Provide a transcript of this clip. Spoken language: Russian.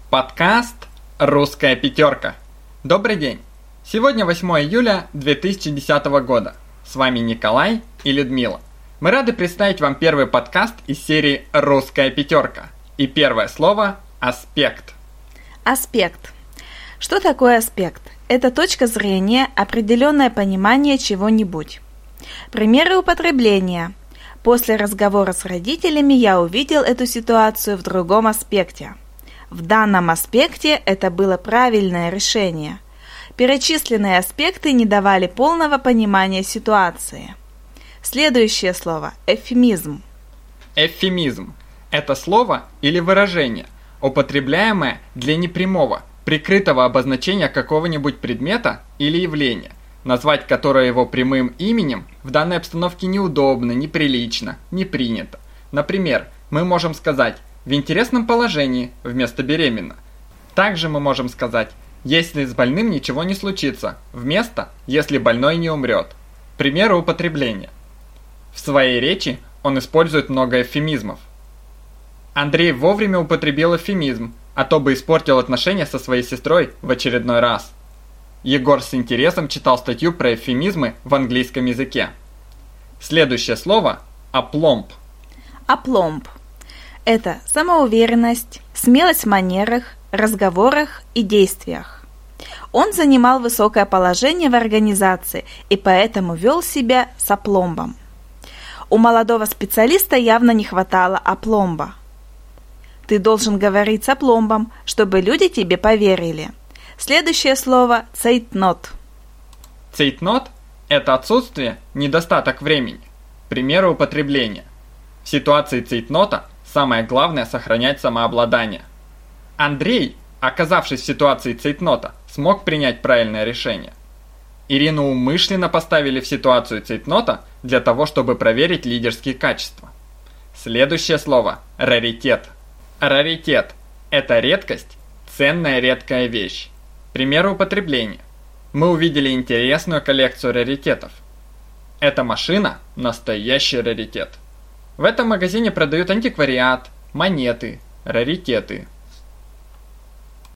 Подкаст «Русская пятерка». Добрый день! Сегодня 8 июля 2010 года. С вами Николай и Людмила. Мы рады представить вам первый подкаст из серии «Русская пятерка». И первое слово – «аспект». Аспект. Что такое аспект? Это точка зрения, определенное понимание чего-нибудь. Примеры употребления. После разговора с родителями я увидел эту ситуацию в другом аспекте. В данном аспекте это было правильное решение. Перечисленные аспекты не давали полного понимания ситуации. Следующее слово – эвфемизм. Эвфемизм – это слово или выражение, употребляемое для непрямого, прикрытого обозначения какого-нибудь предмета или явления, назвать которое его прямым именем в данной обстановке неудобно, неприлично, не принято. Например, мы можем сказать «в интересном положении» вместо «беременна». Также мы можем сказать «если с больным ничего не случится» вместо «если больной не умрет». Примеры употребления. В своей речи он использует много эвфемизмов. Андрей вовремя употребил эвфемизм, а то бы испортил отношения со своей сестрой в очередной раз. Егор с интересом читал статью про эвфемизмы в английском языке. Следующее слово – апломб. Апломб. Это самоуверенность, смелость в манерах, разговорах и действиях. Он занимал высокое положение в организации и поэтому вел себя с апломбом. У молодого специалиста явно не хватало апломба. Ты должен говорить с апломбом, чтобы люди тебе поверили. Следующее слово – цейтнот. Цейтнот – это отсутствие, недостаток времени. Примеры употребления. В ситуации цейтнота самое главное – сохранять самообладание. Андрей, оказавшись в ситуации цейтнота, смог принять правильное решение. Ирину умышленно поставили в ситуацию цейтнота для того, чтобы проверить лидерские качества. Следующее слово – раритет. Раритет – это редкость, ценная редкая вещь. Примеры употребления. Мы увидели интересную коллекцию раритетов. Эта машина – настоящий раритет. В этом магазине продают антиквариат, монеты, раритеты.